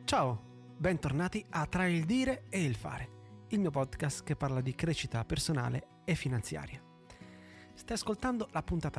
Ciao, bentornati a Tra il dire e il fare, il mio podcast che parla di crescita personale e finanziaria. Stai ascoltando la puntata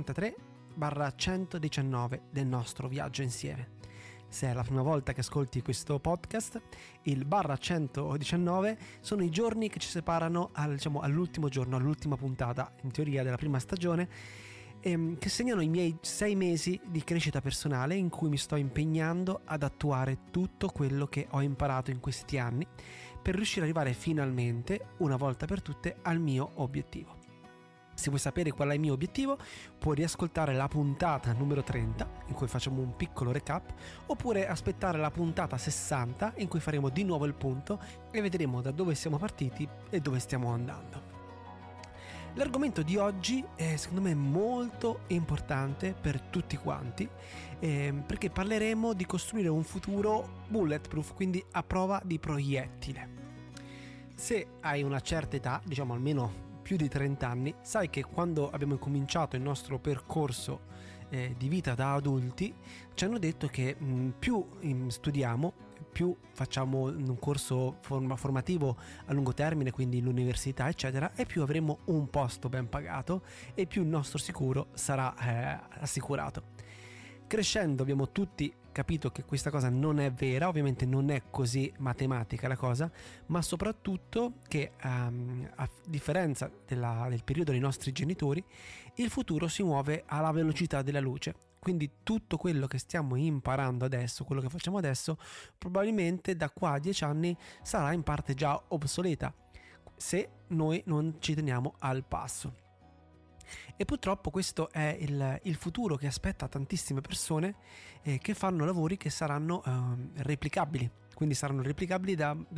53/119 del nostro viaggio insieme. Se è la prima volta che ascolti questo podcast, il /119 sono i giorni che ci separano all'ultimo giorno, all'ultima puntata, in teoria, della prima stagione, che segnano i miei 6 mesi di crescita personale in cui mi sto impegnando ad attuare tutto quello che ho imparato in questi anni per riuscire ad arrivare finalmente, una volta per tutte, al mio obiettivo. Se vuoi sapere qual è il mio obiettivo, puoi riascoltare la puntata numero 30, in cui facciamo un piccolo recap, oppure aspettare la puntata 60, in cui faremo di nuovo il punto e vedremo da dove siamo partiti e dove stiamo andando. L'argomento di oggi è secondo me molto importante per tutti quanti, perché parleremo di costruire un futuro bulletproof, quindi a prova di proiettile. Se hai una certa età, diciamo almeno più di 30 anni, sai che quando abbiamo cominciato il nostro percorso di vita da adulti ci hanno detto che più studiamo, più facciamo un corso formativo a lungo termine, quindi l'università eccetera, e più avremo un posto ben pagato e più il nostro sicuro sarà assicurato. Crescendo abbiamo tutti capito che questa cosa non è vera, ovviamente non è così matematica la cosa, ma soprattutto che a differenza del periodo dei nostri genitori, il futuro si muove alla velocità della luce. Quindi tutto quello che stiamo imparando adesso, quello che facciamo adesso, probabilmente da qua a 10 anni sarà in parte già obsoleta, se noi non ci teniamo al passo. E purtroppo questo è il futuro che aspetta tantissime persone che fanno lavori che saranno replicabili, quindi saranno replicabili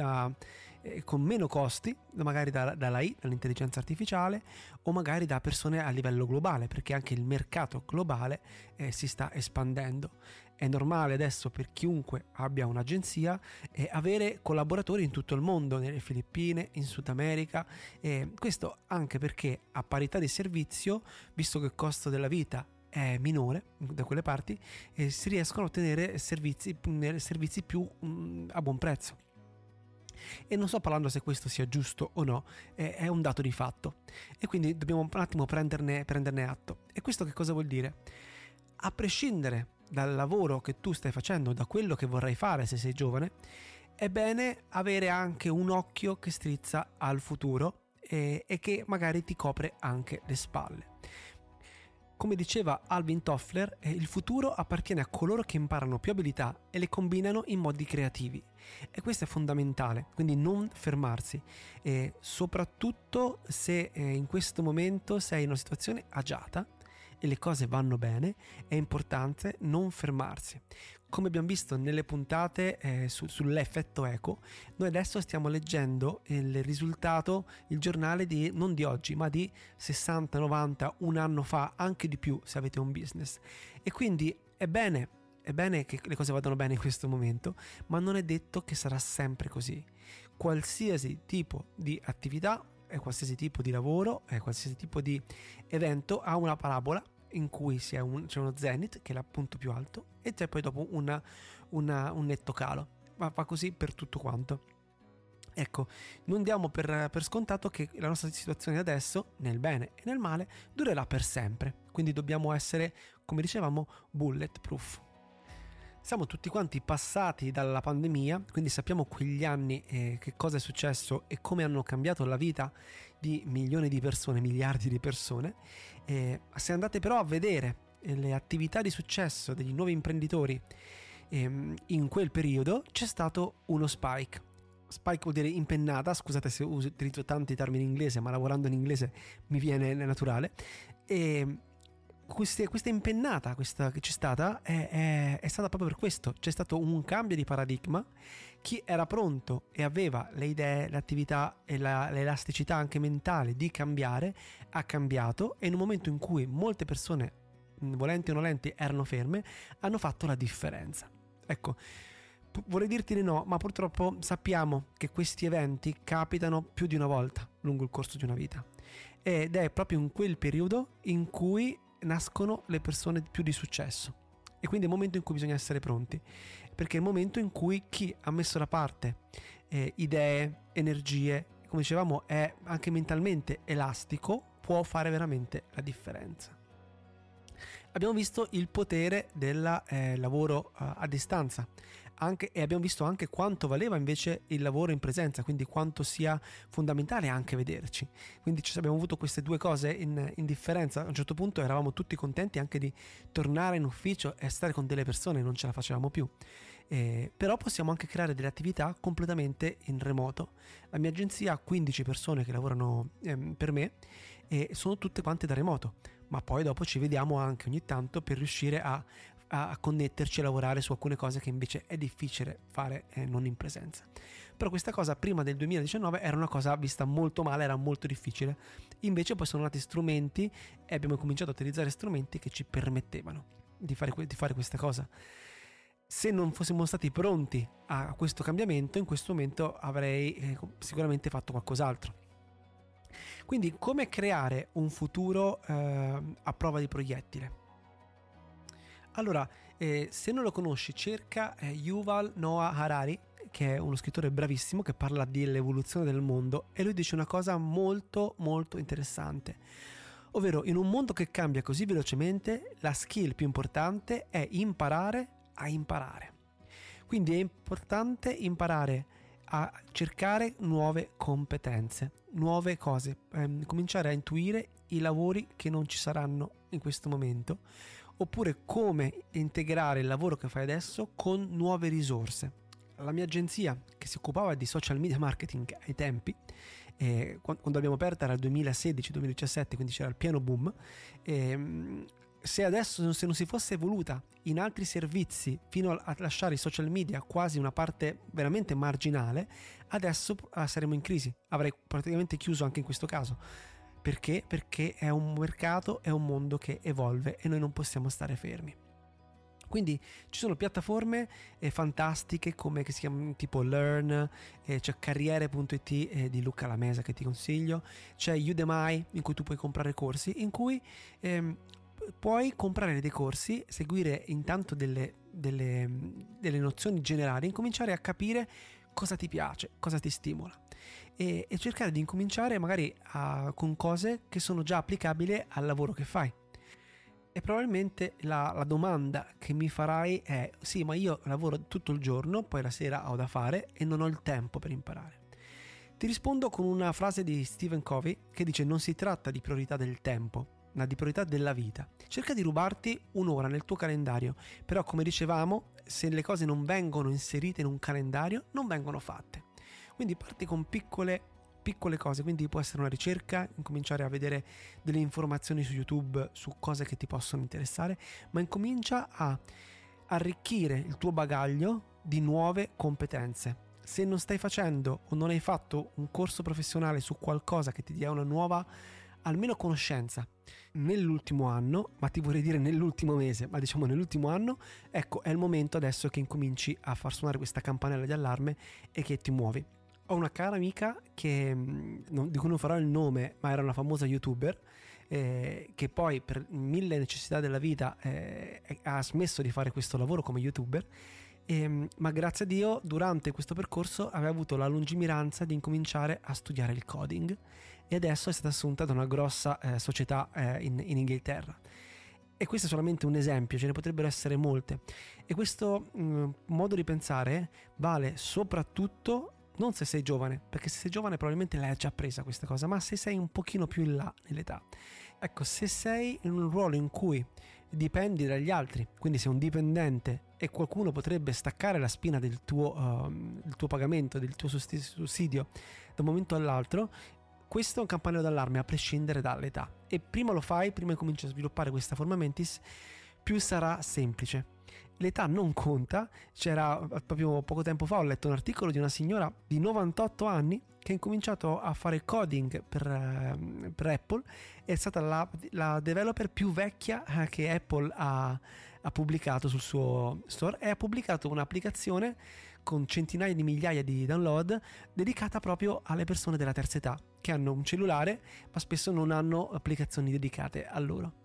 con meno costi, magari dall'AI, dall'intelligenza artificiale, o magari da persone a livello globale, perché anche il mercato globale si sta espandendo. È normale adesso per chiunque abbia un'agenzia avere collaboratori in tutto il mondo, nelle Filippine, in Sud America, questo anche perché a parità di servizio, visto che il costo della vita è minore da quelle parti, si riescono a ottenere servizi più a buon prezzo. E non sto parlando se questo sia giusto o no, è un dato di fatto, e quindi dobbiamo un attimo prenderne atto. E questo che cosa vuol dire? A prescindere dal lavoro che tu stai facendo, da quello che vorrai fare se sei giovane, è bene avere anche un occhio che strizza al futuro e che magari ti copre anche le spalle. Come diceva Alvin Toffler, il futuro appartiene a coloro che imparano più abilità e le combinano in modi creativi. E questo è fondamentale, quindi non fermarsi. Soprattutto se in questo momento sei in una situazione agiata e le cose vanno bene, è importante non fermarsi. Come abbiamo visto nelle puntate sull'effetto eco, noi adesso stiamo leggendo il risultato, il giornale non di oggi, ma di 60, 90, un anno fa, anche di più se avete un business. E quindi è bene che le cose vadano bene in questo momento, ma non è detto che sarà sempre così. Qualsiasi tipo di attività, qualsiasi tipo di lavoro, qualsiasi tipo di evento ha una parabola in cui c'è uno zenith, che è il punto più alto, e c'è poi dopo un netto calo, ma fa così per tutto quanto. Ecco, non diamo per scontato che la nostra situazione adesso, nel bene e nel male, durerà per sempre, quindi dobbiamo essere, come dicevamo, bulletproof. Siamo tutti quanti passati dalla pandemia, quindi sappiamo quegli anni che cosa è successo e come hanno cambiato la vita di milioni di persone, miliardi di persone. Se andate però a vedere le attività di successo degli nuovi imprenditori in quel periodo, c'è stato uno spike. Spike vuol dire impennata, scusate se utilizzo tanti termini in inglese, ma lavorando in inglese mi viene naturale. Questa impennata che c'è stata è stata proprio per questo. C'è stato un cambio di paradigma. Chi era pronto e aveva le idee, l'attività e l'elasticità anche mentale di cambiare ha cambiato, e in un momento in cui molte persone, volenti o nolenti, erano ferme, hanno fatto la differenza. Ecco, vorrei dirti di no, ma purtroppo sappiamo che questi eventi capitano più di una volta lungo il corso di una vita, ed è proprio in quel periodo in cui nascono le persone più di successo, e quindi è il momento in cui bisogna essere pronti. perché è il momento in cui chi ha messo da parte idee, energie, come dicevamo, è anche mentalmente elastico, può fare veramente la differenza. Abbiamo visto il potere del lavoro a distanza, e abbiamo visto anche quanto valeva invece il lavoro in presenza, quindi quanto sia fondamentale anche vederci. Quindi abbiamo avuto queste due cose in differenza. A un certo punto eravamo tutti contenti anche di tornare in ufficio e stare con delle persone, non ce la facevamo più. Però possiamo anche creare delle attività completamente in remoto. La mia agenzia ha 15 persone che lavorano per me e sono tutte quante da remoto, ma poi dopo ci vediamo anche ogni tanto per riuscire a connetterci e lavorare su alcune cose che invece è difficile fare non in presenza. Però questa cosa prima del 2019 era una cosa vista molto male, era molto difficile. Invece poi sono nati strumenti e abbiamo cominciato a utilizzare strumenti che ci permettevano di fare questa cosa. Se non fossimo stati pronti a questo cambiamento, in questo momento avrei sicuramente fatto qualcos'altro. Quindi, come creare un futuro a prova di proiettile? Allora, se non lo conosci, cerca Yuval Noah Harari, che è uno scrittore bravissimo che parla dell'evoluzione del mondo, e lui dice una cosa molto molto interessante, ovvero in un mondo che cambia così velocemente la skill più importante è imparare a imparare. Quindi è importante imparare a cercare nuove competenze, nuove cose, cominciare a intuire i lavori che non ci saranno in questo momento, oppure come integrare il lavoro che fai adesso con nuove risorse. La mia agenzia, che si occupava di social media marketing ai tempi, quando abbiamo aperta era il 2016-2017, quindi c'era il pieno boom, se non si fosse evoluta in altri servizi fino a lasciare i social media quasi una parte veramente marginale, adesso saremmo in crisi, avrei praticamente chiuso anche in questo caso. Perché? Perché è un mercato, è un mondo che evolve e noi non possiamo stare fermi. Quindi ci sono piattaforme fantastiche come che si chiamano tipo Learn, c'è Carriere.it di Luca Lamesa che ti consiglio, c'è Udemy in cui tu puoi comprare corsi, in cui puoi comprare dei corsi, seguire intanto delle nozioni generali, incominciare a capire cosa ti piace, cosa ti stimola e cercare di incominciare magari con cose che sono già applicabili al lavoro che fai. E probabilmente la domanda che mi farai è: sì, ma io lavoro tutto il giorno, poi la sera ho da fare e non ho il tempo per imparare. Ti rispondo con una frase di Stephen Covey che dice: non si tratta di priorità del tempo, ma di priorità della vita. Cerca di rubarti un'ora nel tuo calendario, però come dicevamo, se le cose non vengono inserite in un calendario, non vengono fatte. Quindi parti con piccole cose, quindi può essere una ricerca, incominciare a vedere delle informazioni su YouTube su cose che ti possono interessare, ma incomincia a arricchire il tuo bagaglio di nuove competenze. Se non stai facendo o non hai fatto un corso professionale su qualcosa che ti dia una nuova almeno conoscenza nell'ultimo anno, ma ti vorrei dire nell'ultimo mese, ma diciamo nell'ultimo anno, ecco, è il momento adesso che incominci a far suonare questa campanella di allarme e che ti muovi. Ho una cara amica di cui non farò il nome, ma era una famosa youtuber che poi per mille necessità della vita ha smesso di fare questo lavoro come youtuber, ma grazie a Dio durante questo percorso aveva avuto la lungimiranza di incominciare a studiare il coding e adesso è stata assunta da una grossa società in Inghilterra. E questo è solamente un esempio, ce ne potrebbero essere molte, e questo modo di pensare vale soprattutto non se sei giovane, perché se sei giovane probabilmente l'hai già presa questa cosa, ma se sei un pochino più in là nell'età. Ecco, se sei in un ruolo in cui dipendi dagli altri, quindi sei un dipendente e qualcuno potrebbe staccare la spina del tuo pagamento, del tuo sussidio da un momento all'altro, questo è un campanello d'allarme a prescindere dall'età. E prima lo fai, prima cominci a sviluppare questa forma mentis, più sarà semplice. L'età non conta. C'era proprio poco tempo fa, ho letto un articolo di una signora di 98 anni che ha incominciato a fare coding per Apple, è stata la developer più vecchia che Apple ha pubblicato sul suo store, e ha pubblicato un'applicazione con centinaia di migliaia di download dedicata proprio alle persone della terza età che hanno un cellulare ma spesso non hanno applicazioni dedicate a loro.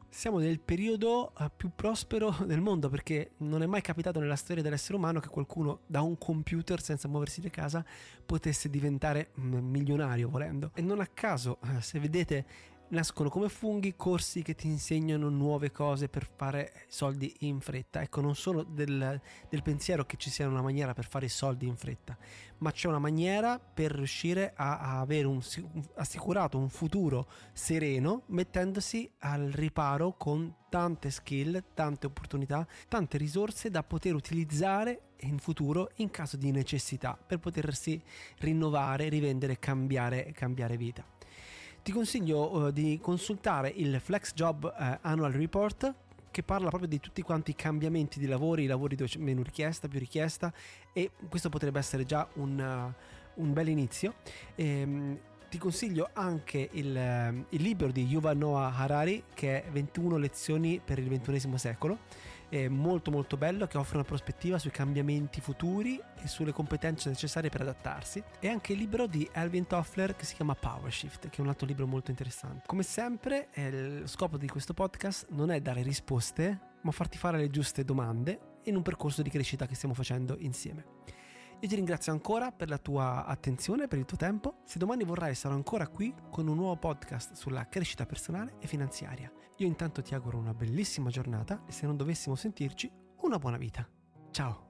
Siamo nel periodo più prospero del mondo, perché non è mai capitato nella storia dell'essere umano che qualcuno da un computer senza muoversi di casa potesse diventare milionario volendo. E non a caso, se vedete, nascono come funghi corsi che ti insegnano nuove cose per fare soldi in fretta. Ecco, non solo del pensiero che ci sia una maniera per fare i soldi in fretta, ma c'è una maniera per riuscire a avere assicurato un futuro sereno, mettendosi al riparo con tante skill, tante opportunità, tante risorse da poter utilizzare in futuro in caso di necessità, per potersi rinnovare, rivendere, cambiare vita. Ti consiglio di consultare il FlexJob Annual Report, che parla proprio di tutti quanti i cambiamenti di lavori dove c'è meno richiesta, più richiesta, e questo potrebbe essere già un bel inizio. Ti consiglio anche il libro di Yuval Noah Harari, che è 21 lezioni per il XXI secolo, è molto molto bello, che offre una prospettiva sui cambiamenti futuri e sulle competenze necessarie per adattarsi, e anche il libro di Alvin Toffler che si chiama Power Shift, che è un altro libro molto interessante. Come sempre, lo scopo di questo podcast non è dare risposte, ma farti fare le giuste domande in un percorso di crescita che stiamo facendo insieme. Io ti ringrazio ancora per la tua attenzione, per il tuo tempo. Se domani vorrai, sarò ancora qui con un nuovo podcast sulla crescita personale e finanziaria. Io intanto ti auguro una bellissima giornata e, se non dovessimo sentirci, una buona vita. Ciao!